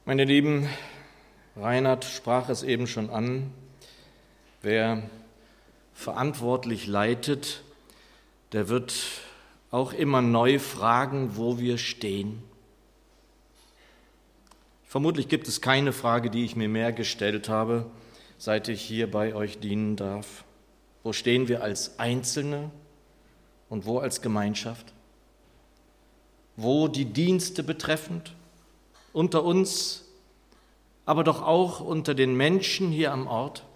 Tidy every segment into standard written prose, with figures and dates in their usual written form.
Meine Lieben, Reinhard sprach es eben schon an, wer verantwortlich leitet, der wird auch immer neu fragen, wo wir stehen. Vermutlich gibt es keine Frage, die ich mir mehr gestellt habe, seit ich hier bei euch dienen darf. Wo stehen wir als Einzelne und wo als Gemeinschaft? Wo die Dienste betreffend, unter uns, aber doch auch unter den Menschen hier am Ort?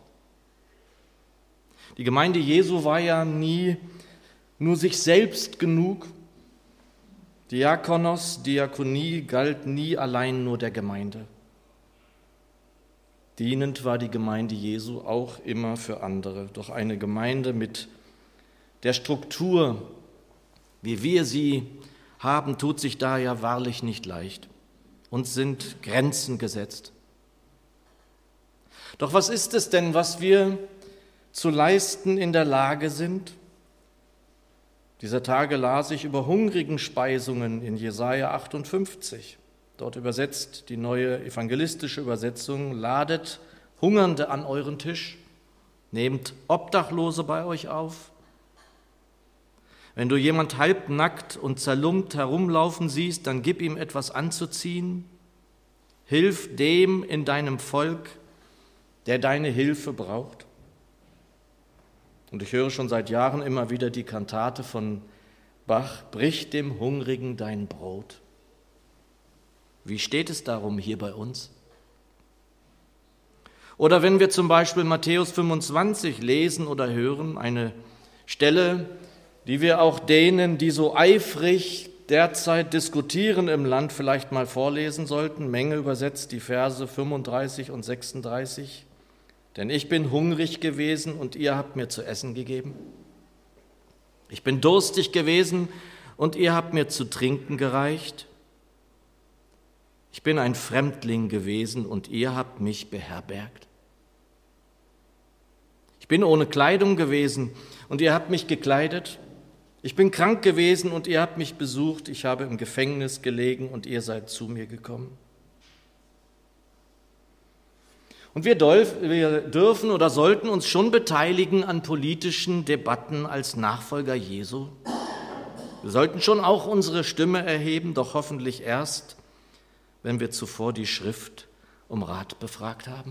Die Gemeinde Jesu war ja nie nur sich selbst genug. Diakonos, Diakonie galt nie allein nur der Gemeinde. Dienend war die Gemeinde Jesu auch immer für andere. Doch eine Gemeinde mit der Struktur, wie wir sie haben, tut sich da ja wahrlich nicht leicht. Uns sind Grenzen gesetzt. Doch was ist es denn, was wir zu leisten in der Lage sind? Dieser Tage las ich über hungrigen Speisungen in Jesaja 58. Dort übersetzt die neue evangelistische Übersetzung: Ladet Hungernde an euren Tisch, nehmt Obdachlose bei euch auf. Wenn du jemand halbnackt und zerlumpt herumlaufen siehst, dann gib ihm etwas anzuziehen. Hilf dem in deinem Volk, der deine Hilfe braucht. Und ich höre schon seit Jahren immer wieder die Kantate von Bach: Brich dem Hungrigen dein Brot. Wie steht es darum hier bei uns? Oder wenn wir zum Beispiel Matthäus 25 lesen oder hören, eine Stelle, die wir auch denen, die so eifrig derzeit diskutieren im Land, vielleicht mal vorlesen sollten. Menge übersetzt die Verse 35 und 36. Denn ich bin hungrig gewesen und ihr habt mir zu essen gegeben. Ich bin durstig gewesen und ihr habt mir zu trinken gereicht. Ich bin ein Fremdling gewesen und ihr habt mich beherbergt. Ich bin ohne Kleidung gewesen und ihr habt mich gekleidet. Ich bin krank gewesen und ihr habt mich besucht. Ich habe im Gefängnis gelegen und ihr seid zu mir gekommen. Und wir dürfen oder sollten uns schon beteiligen an politischen Debatten als Nachfolger Jesu. Wir sollten schon auch unsere Stimme erheben, doch hoffentlich erst, wenn wir zuvor die Schrift um Rat befragt haben.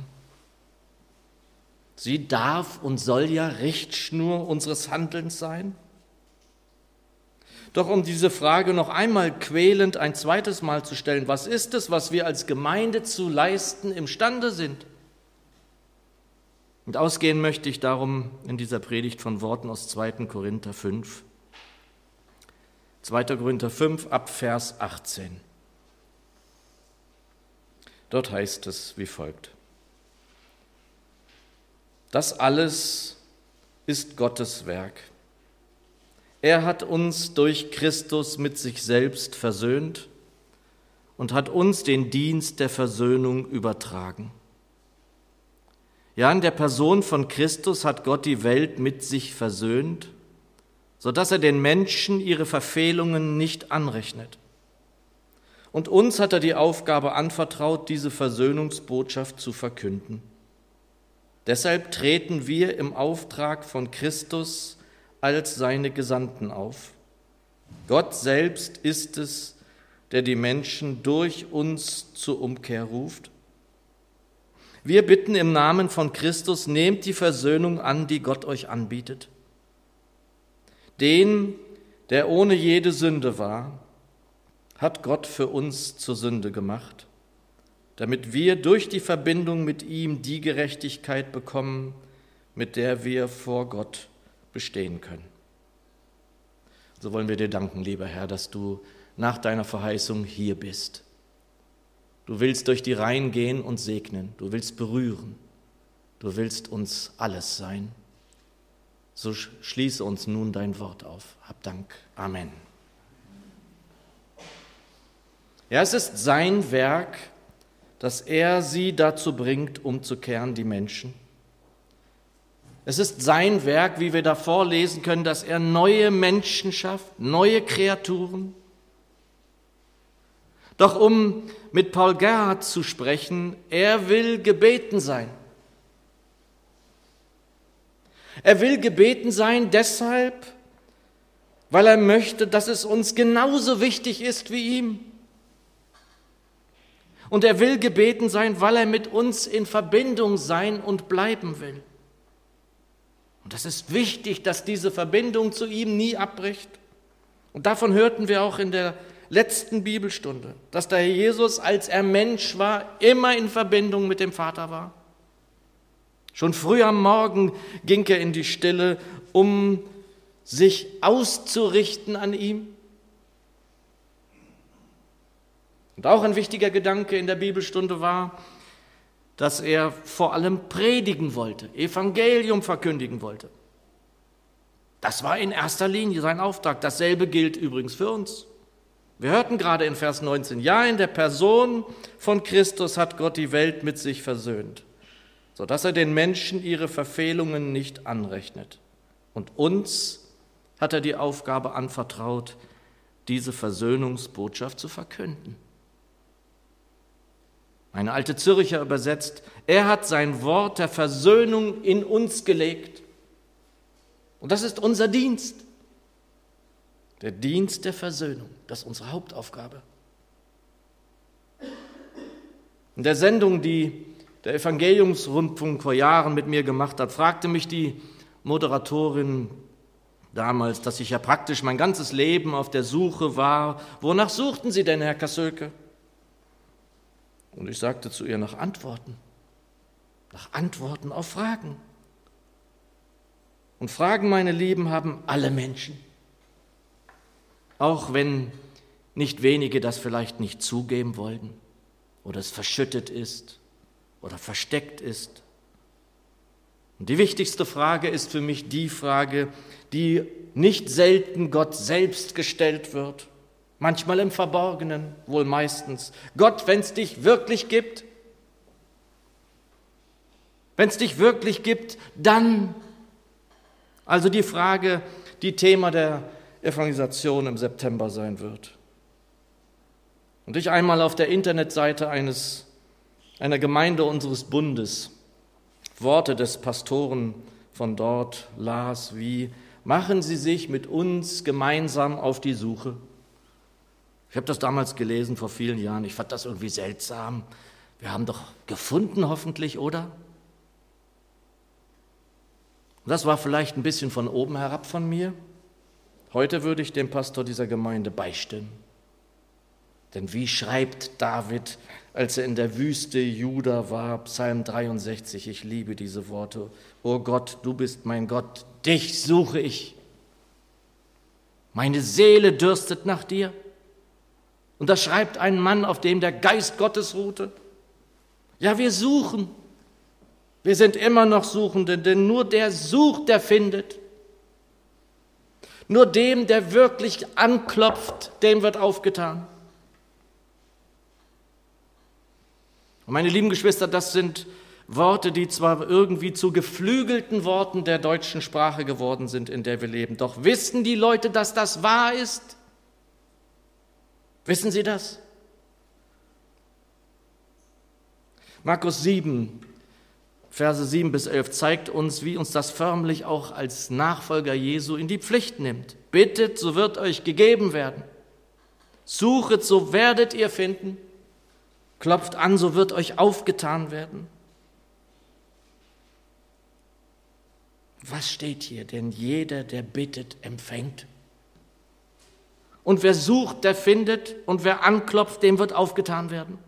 Sie darf und soll ja Richtschnur unseres Handelns sein. Doch um diese Frage noch einmal quälend ein zweites Mal zu stellen: Was ist es, was wir als Gemeinde zu leisten imstande sind? Und ausgehen möchte ich darum in dieser Predigt von Worten aus 2. Korinther 5. 2. Korinther 5 ab Vers 18. Dort heißt es wie folgt: Das alles ist Gottes Werk. Er hat uns durch Christus mit sich selbst versöhnt und hat uns den Dienst der Versöhnung übertragen. Ja, in der Person von Christus hat Gott die Welt mit sich versöhnt, sodass er den Menschen ihre Verfehlungen nicht anrechnet. Und uns hat er die Aufgabe anvertraut, diese Versöhnungsbotschaft zu verkünden. Deshalb treten wir im Auftrag von Christus als seine Gesandten auf. Gott selbst ist es, der die Menschen durch uns zur Umkehr ruft. Wir bitten im Namen von Christus: Nehmt die Versöhnung an, die Gott euch anbietet. Den, der ohne jede Sünde war, hat Gott für uns zur Sünde gemacht, damit wir durch die Verbindung mit ihm die Gerechtigkeit bekommen, mit der wir vor Gott bestehen können. So wollen wir dir danken, lieber Herr, dass du nach deiner Verheißung hier bist. Du willst durch die Reihen gehen und segnen, du willst berühren, du willst uns alles sein. So schließe uns nun dein Wort auf. Hab Dank. Amen. Ja, es ist sein Werk, dass er sie dazu bringt, umzukehren, die Menschen. Es ist sein Werk, wie wir davor lesen können, dass er neue Menschen schafft, neue Kreaturen. Doch um mit Paul Gerhardt zu sprechen, er will gebeten sein. Er will gebeten sein deshalb, weil er möchte, dass es uns genauso wichtig ist wie ihm. Und er will gebeten sein, weil er mit uns in Verbindung sein und bleiben will. Und das ist wichtig, dass diese Verbindung zu ihm nie abbricht. Und davon hörten wir auch in der letzten Bibelstunde, dass der Herr Jesus, als er Mensch war, immer in Verbindung mit dem Vater war. Schon früh am Morgen ging er in die Stille, um sich auszurichten an ihm. Und auch ein wichtiger Gedanke in der Bibelstunde war, dass er vor allem predigen wollte, Evangelium verkündigen wollte. Das war in erster Linie sein Auftrag. Dasselbe gilt übrigens für uns. Wir hörten gerade in Vers 19, ja, in der Person von Christus hat Gott die Welt mit sich versöhnt, sodass er den Menschen ihre Verfehlungen nicht anrechnet. Und uns hat er die Aufgabe anvertraut, diese Versöhnungsbotschaft zu verkünden. Eine alte Zürcher übersetzt, er hat sein Wort der Versöhnung in uns gelegt. Und das ist unser Dienst. Der Dienst der Versöhnung, das ist unsere Hauptaufgabe. In der Sendung, die der Evangeliumsrundfunk vor Jahren mit mir gemacht hat, fragte mich die Moderatorin damals, dass ich ja praktisch mein ganzes Leben auf der Suche war. Wonach suchten Sie denn, Herr Kassölke? Und ich sagte zu ihr, nach Antworten auf Fragen. Und Fragen, meine Lieben, haben alle Menschen. Auch wenn nicht wenige das vielleicht nicht zugeben wollten oder es verschüttet ist oder versteckt ist. Und die wichtigste Frage ist für mich die Frage, die nicht selten Gott selbst gestellt wird, manchmal im Verborgenen, wohl meistens. Gott, wenn es dich wirklich gibt, dann, also die Frage, die Thema der Evangelisation im September sein wird. Und ich einmal auf der Internetseite einer Gemeinde unseres Bundes Worte des Pastoren von dort las, wie: Machen Sie sich mit uns gemeinsam auf die Suche. Ich habe das damals gelesen vor vielen Jahren. Ich fand das irgendwie seltsam. Wir haben doch gefunden, hoffentlich, oder? Das war vielleicht ein bisschen von oben herab von mir. Heute würde ich dem Pastor dieser Gemeinde beistimmen. Denn wie schreibt David, als er in der Wüste Juda war, Psalm 63, ich liebe diese Worte: O Gott, du bist mein Gott, dich suche ich. Meine Seele dürstet nach dir. Und das schreibt ein Mann, auf dem der Geist Gottes ruhte. Ja, wir suchen. Wir sind immer noch Suchende, denn nur der sucht, der findet. Nur dem, der wirklich anklopft, dem wird aufgetan. Und meine lieben Geschwister, das sind Worte, die zwar irgendwie zu geflügelten Worten der deutschen Sprache geworden sind, in der wir leben. Doch wissen die Leute, dass das wahr ist? Wissen Sie das? Markus 7, Verse 7 bis 11 zeigt uns, wie uns das förmlich auch als Nachfolger Jesu in die Pflicht nimmt. Bittet, so wird euch gegeben werden. Suchet, so werdet ihr finden. Klopft an, so wird euch aufgetan werden. Was steht hier? Denn jeder, der bittet, empfängt. Und wer sucht, der findet. Und wer anklopft, dem wird aufgetan werden.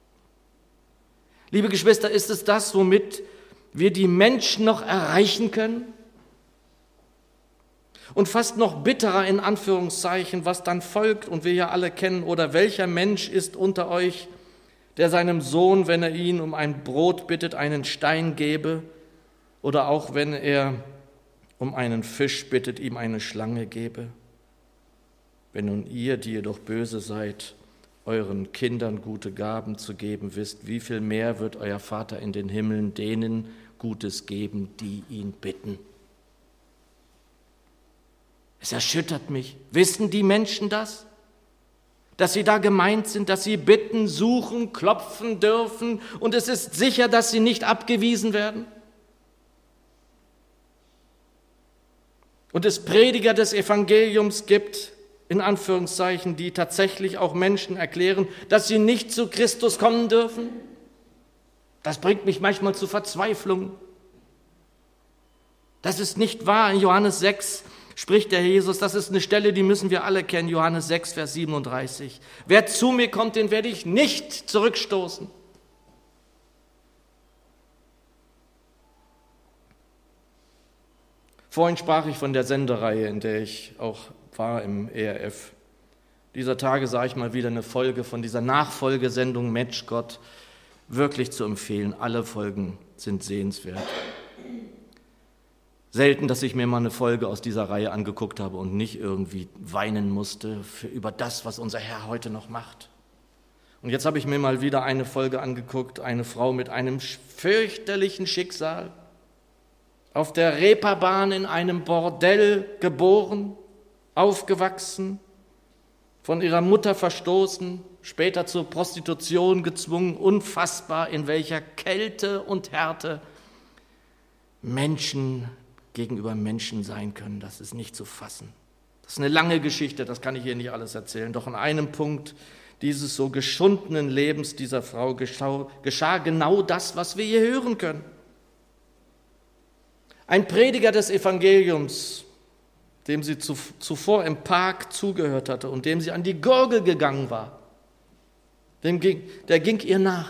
Liebe Geschwister, ist es das, womit wir die Menschen noch erreichen können? Und fast noch bitterer in Anführungszeichen, was dann folgt und wir ja alle kennen: Oder welcher Mensch ist unter euch, der seinem Sohn, wenn er ihn um ein Brot bittet, einen Stein gebe? Oder auch wenn er um einen Fisch bittet, ihm eine Schlange gebe? Wenn nun ihr, die ihr doch böse seid, euren Kindern gute Gaben zu geben wisst, wie viel mehr wird euer Vater in den Himmeln denen Gutes geben, die ihn bitten? Es erschüttert mich. Wissen die Menschen das? dass sie da gemeint sind, dass sie bitten, suchen, klopfen dürfen und es ist sicher, dass sie nicht abgewiesen werden? Und es Prediger des Evangeliums gibt, in Anführungszeichen, die tatsächlich auch Menschen erklären, dass sie nicht zu Christus kommen dürfen? Das bringt mich manchmal zu Verzweiflung. Das ist nicht wahr. In Johannes 6 spricht der Herr Jesus, das ist eine Stelle, die müssen wir alle kennen, Johannes 6, Vers 37. Wer zu mir kommt, den werde ich nicht zurückstoßen. Vorhin sprach ich von der Sendereihe, in der ich auch war im ERF. Dieser Tage sah ich mal wieder eine Folge von dieser Nachfolgesendung Mensch Gott. Wirklich zu empfehlen, alle Folgen sind sehenswert. Selten, dass ich mir mal eine Folge aus dieser Reihe angeguckt habe und nicht irgendwie weinen musste über das, was unser Herr heute noch macht. Und jetzt habe ich mir mal wieder eine Folge angeguckt, eine Frau mit einem fürchterlichen Schicksal, auf der Reeperbahn in einem Bordell geboren, aufgewachsen, von ihrer Mutter verstoßen, später zur Prostitution gezwungen, unfassbar, in welcher Kälte und Härte Menschen gegenüber Menschen sein können. Das ist nicht zu fassen. Das ist eine lange Geschichte, das kann ich hier nicht alles erzählen. Doch an einem Punkt dieses so geschundenen Lebens dieser Frau geschah genau das, was wir hier hören können. Ein Prediger des Evangeliums, dem sie zuvor im Park zugehört hatte und dem sie an die Gurgel gegangen war, der ging ihr nach.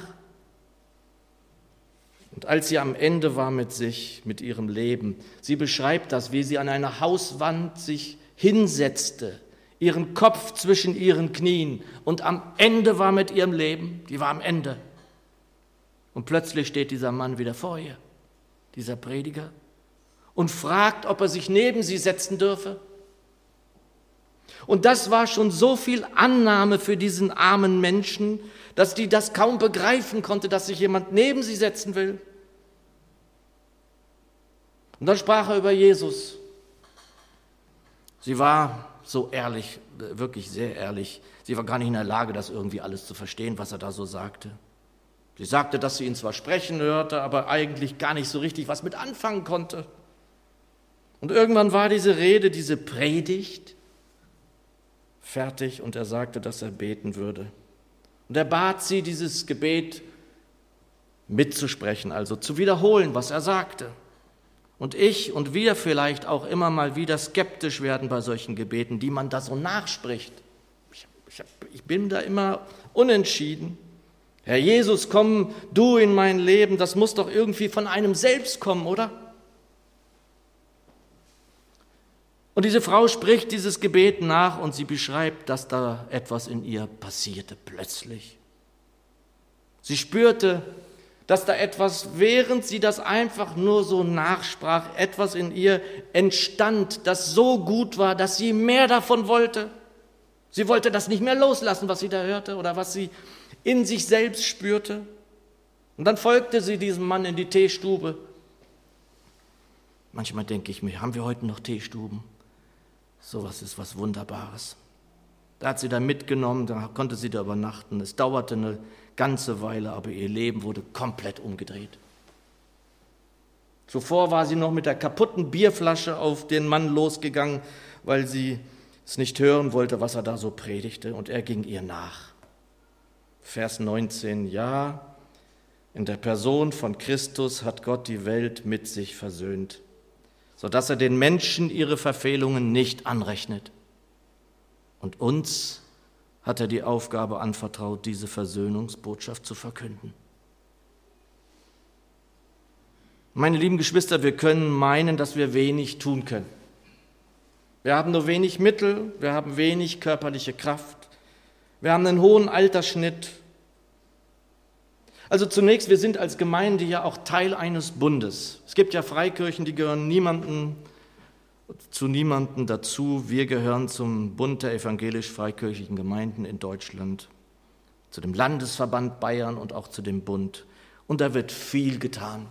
Und als sie am Ende war mit sich, mit ihrem Leben, sie beschreibt das, wie sie an einer Hauswand sich hinsetzte, ihren Kopf zwischen ihren Knien und am Ende war mit ihrem Leben, die war am Ende. Und plötzlich steht dieser Mann wieder vor ihr, dieser Prediger, und fragt, ob er sich neben sie setzen dürfe. Und das war schon so viel Annahme für diesen armen Menschen, dass die das kaum begreifen konnte, dass sich jemand neben sie setzen will. Und dann sprach er über Jesus. Sie war so ehrlich, wirklich sehr ehrlich. Sie war gar nicht in der Lage, das irgendwie alles zu verstehen, was er da so sagte. Sie sagte, dass sie ihn zwar sprechen hörte, aber eigentlich gar nicht so richtig was mit anfangen konnte. Und irgendwann war diese Rede, diese Predigt fertig und er sagte, dass er beten würde. Und er bat sie, dieses Gebet mitzusprechen, also zu wiederholen, was er sagte. Und ich und wir vielleicht auch immer mal wieder skeptisch werden bei solchen Gebeten, die man da so nachspricht. Ich bin da immer unentschieden. Herr Jesus, komm du in mein Leben, das muss doch irgendwie von einem selbst kommen, oder? Und diese Frau spricht dieses Gebet nach und sie beschreibt, dass da etwas in ihr passierte plötzlich. Sie spürte, dass da etwas, während sie das einfach nur so nachsprach, etwas in ihr entstand, das so gut war, dass sie mehr davon wollte. Sie wollte das nicht mehr loslassen, was sie da hörte oder was sie in sich selbst spürte. Und dann folgte sie diesem Mann in die Teestube. Manchmal denke ich mir, haben wir heute noch Teestuben? Sowas ist was Wunderbares. Da hat sie dann mitgenommen, da konnte sie da übernachten. Es dauerte eine ganze Weile, aber ihr Leben wurde komplett umgedreht. Zuvor war sie noch mit der kaputten Bierflasche auf den Mann losgegangen, weil sie es nicht hören wollte, was er da so predigte, und er ging ihr nach. Vers 19, ja, in der Person von Christus hat Gott die Welt mit sich versöhnt, sodass er den Menschen ihre Verfehlungen nicht anrechnet. Und uns hat er die Aufgabe anvertraut, diese Versöhnungsbotschaft zu verkünden. Meine lieben Geschwister, wir können meinen, dass wir wenig tun können. Wir haben nur wenig Mittel, wir haben wenig körperliche Kraft, wir haben einen hohen Altersschnitt. Also zunächst, wir sind als Gemeinde ja auch Teil eines Bundes. Es gibt ja Freikirchen, die gehören zu niemandem dazu. Wir gehören zum Bund der evangelisch-freikirchlichen Gemeinden in Deutschland, zu dem Landesverband Bayern und auch zu dem Bund. Und da wird viel getan.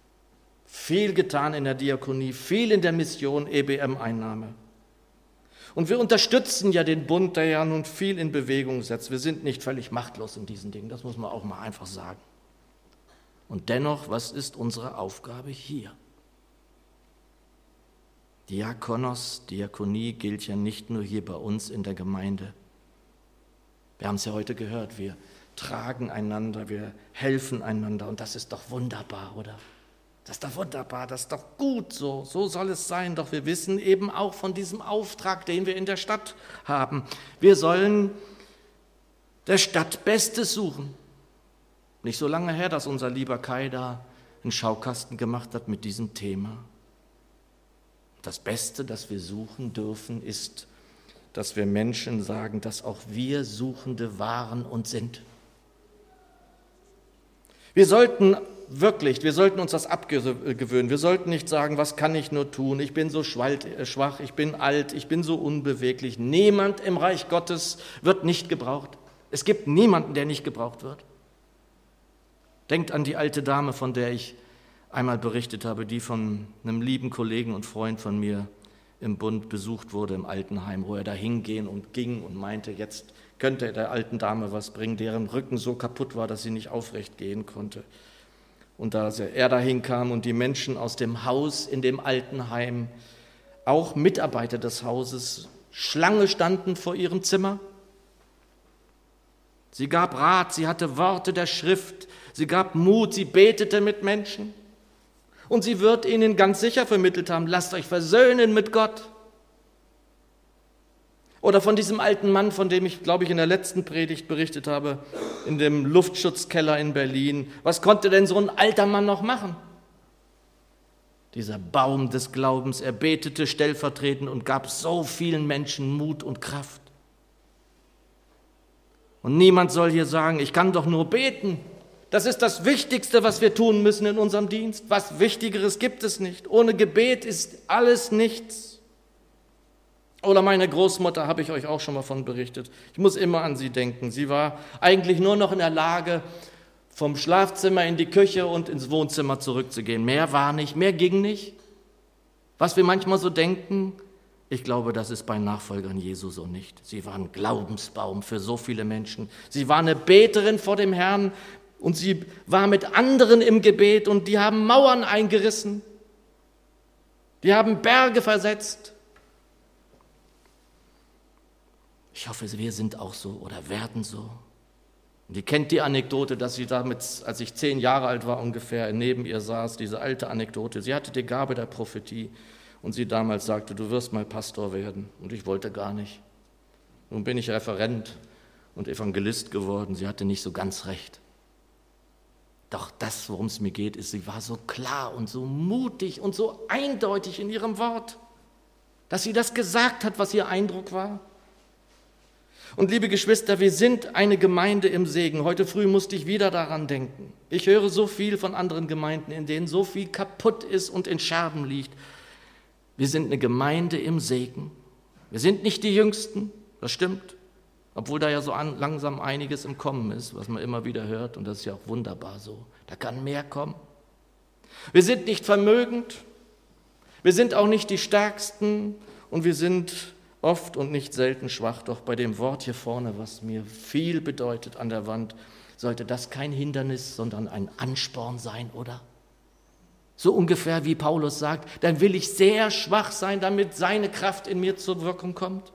Viel getan in der Diakonie, viel in der Mission EBM-Einnahme. Und wir unterstützen ja den Bund, der ja nun viel in Bewegung setzt. Wir sind nicht völlig machtlos in diesen Dingen, das muss man auch mal einfach sagen. Und dennoch, was ist unsere Aufgabe hier? Diakonos, Diakonie gilt ja nicht nur hier bei uns in der Gemeinde. Wir haben es ja heute gehört, wir tragen einander, wir helfen einander und das ist doch wunderbar, oder? Das ist doch wunderbar, das ist doch gut so, so soll es sein. Doch wir wissen eben auch von diesem Auftrag, den wir in der Stadt haben. Wir sollen der Stadt Bestes suchen. Nicht so lange her, dass unser lieber Kai da einen Schaukasten gemacht hat mit diesem Thema. Das Beste, das wir suchen dürfen, ist, dass wir Menschen sagen, dass auch wir Suchende waren und sind. Wir sollten uns das abgewöhnen. Wir sollten nicht sagen, was kann ich nur tun? Ich bin so schwach, ich bin alt, ich bin so unbeweglich. Niemand im Reich Gottes wird nicht gebraucht. Es gibt niemanden, der nicht gebraucht wird. Denkt an die alte Dame, von der ich einmal berichtet habe, die von einem lieben Kollegen und Freund von mir im Bund besucht wurde im Altenheim, wo er da hingehen und ging und meinte, jetzt könnte er der alten Dame was bringen, deren Rücken so kaputt war, dass sie nicht aufrecht gehen konnte. Und da er da hinkam und die Menschen aus dem Haus in dem Altenheim, auch Mitarbeiter des Hauses, Schlange standen vor ihrem Zimmer. Sie gab Rat, sie hatte Worte der Schrift, sie gab Mut, sie betete mit Menschen. Und sie wird ihnen ganz sicher vermittelt haben, lasst euch versöhnen mit Gott. Oder von diesem alten Mann, von dem ich, glaube ich, in der letzten Predigt berichtet habe, in dem Luftschutzkeller in Berlin. Was konnte denn so ein alter Mann noch machen? Dieser Baum des Glaubens, er betete stellvertretend und gab so vielen Menschen Mut und Kraft. Und niemand soll hier sagen, ich kann doch nur beten. Das ist das Wichtigste, was wir tun müssen in unserem Dienst. Was Wichtigeres gibt es nicht. Ohne Gebet ist alles nichts. Oder meine Großmutter, habe ich euch auch schon mal von berichtet. Ich muss immer an sie denken. Sie war eigentlich nur noch in der Lage, vom Schlafzimmer in die Küche und ins Wohnzimmer zurückzugehen. Mehr war nicht, mehr ging nicht. Was wir manchmal so denken, ich glaube, das ist bei Nachfolgern Jesu so nicht. Sie war ein Glaubensbaum für so viele Menschen. Sie war eine Beterin vor dem Herrn. Und sie war mit anderen im Gebet und die haben Mauern eingerissen. Die haben Berge versetzt. Ich hoffe, wir sind auch so oder werden so. Und ihr kennt die Anekdote, dass sie damit, als ich 10 Jahre alt war ungefähr, neben ihr saß, diese alte Anekdote. Sie hatte die Gabe der Prophetie und sie damals sagte, du wirst mal Pastor werden. Und ich wollte gar nicht. Nun bin ich Referent und Evangelist geworden. Sie hatte nicht so ganz recht. Doch das, worum es mir geht, ist, sie war so klar und so mutig und so eindeutig in ihrem Wort, dass sie das gesagt hat, was ihr Eindruck war. Und liebe Geschwister, wir sind eine Gemeinde im Segen. Heute früh musste ich wieder daran denken. Ich höre so viel von anderen Gemeinden, in denen so viel kaputt ist und in Scherben liegt. Wir sind eine Gemeinde im Segen. Wir sind nicht die Jüngsten, das stimmt. Obwohl da ja so langsam einiges im Kommen ist, was man immer wieder hört. Und das ist ja auch wunderbar so. Da kann mehr kommen. Wir sind nicht vermögend. Wir sind auch nicht die Stärksten. Und wir sind oft und nicht selten schwach. Doch bei dem Wort hier vorne, was mir viel bedeutet an der Wand, sollte das kein Hindernis, sondern ein Ansporn sein, oder? So ungefähr wie Paulus sagt, dann will ich sehr schwach sein, damit seine Kraft in mir zur Wirkung kommt.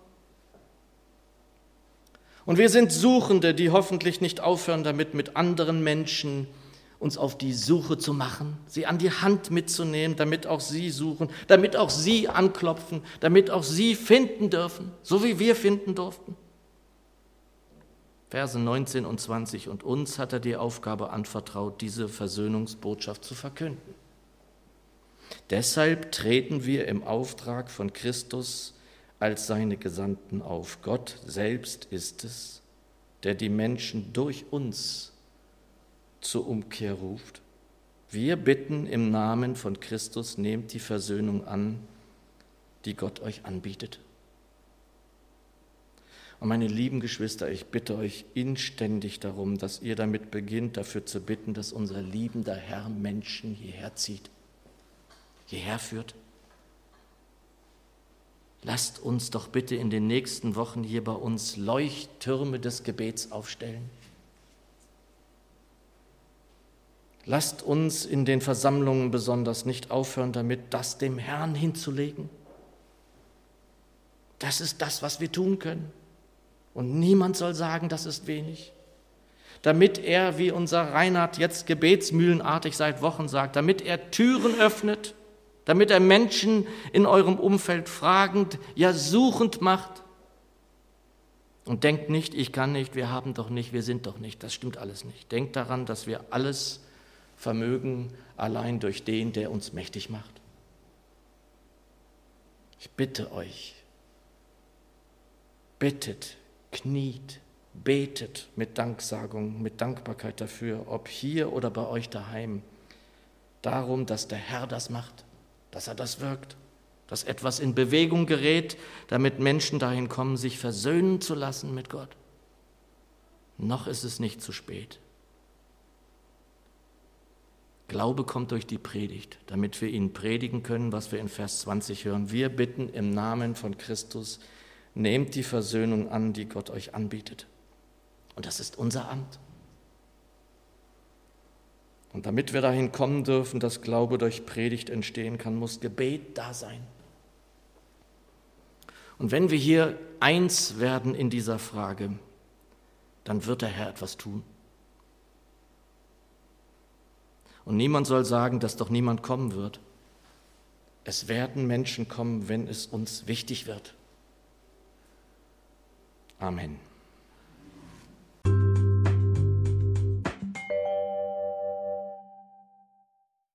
Und wir sind Suchende, die hoffentlich nicht aufhören damit, mit anderen Menschen uns auf die Suche zu machen, sie an die Hand mitzunehmen, damit auch sie suchen, damit auch sie anklopfen, damit auch sie finden dürfen, so wie wir finden durften. Verse 19 und 20, und uns hat er die Aufgabe anvertraut, diese Versöhnungsbotschaft zu verkünden. Deshalb treten wir im Auftrag von Christus als seine Gesandten auf. Gott selbst ist es, der die Menschen durch uns zur Umkehr ruft. Wir bitten im Namen von Christus, nehmt die Versöhnung an, die Gott euch anbietet. Und meine lieben Geschwister, ich bitte euch inständig darum, dass ihr damit beginnt, dafür zu bitten, dass unser liebender Herr Menschen hierher zieht, hierher führt. lasst uns doch bitte in den nächsten Wochen hier bei uns Leuchttürme des Gebets aufstellen. Lasst uns in den Versammlungen besonders nicht aufhören damit, das dem Herrn hinzulegen. Das ist das, was wir tun können. Und niemand soll sagen, das ist wenig. Damit er, wie unser Reinhard jetzt gebetsmühlenartig seit Wochen sagt, damit er Türen öffnet, damit er Menschen in eurem Umfeld fragend, ja suchend macht. Und denkt nicht, ich kann nicht, wir haben doch nicht, wir sind doch nicht. Das stimmt alles nicht. Denkt daran, dass wir alles vermögen allein durch den, der uns mächtig macht. Ich bitte euch, bittet, kniet, betet mit Danksagung, mit Dankbarkeit dafür, ob hier oder bei euch daheim, darum, dass der Herr das macht, dass er das wirkt, dass etwas in Bewegung gerät, damit Menschen dahin kommen, sich versöhnen zu lassen mit Gott. Noch ist es nicht zu spät. Glaube kommt durch die Predigt, damit wir ihnen predigen können, was wir in Vers 20 hören. Wir bitten im Namen von Christus, nehmt die Versöhnung an, die Gott euch anbietet. Und das ist unser Amt. Und damit wir dahin kommen dürfen, dass Glaube durch Predigt entstehen kann, muss Gebet da sein. Und wenn wir hier eins werden in dieser Frage, dann wird der Herr etwas tun. Und niemand soll sagen, dass doch niemand kommen wird. Es werden Menschen kommen, wenn es uns wichtig wird. Amen.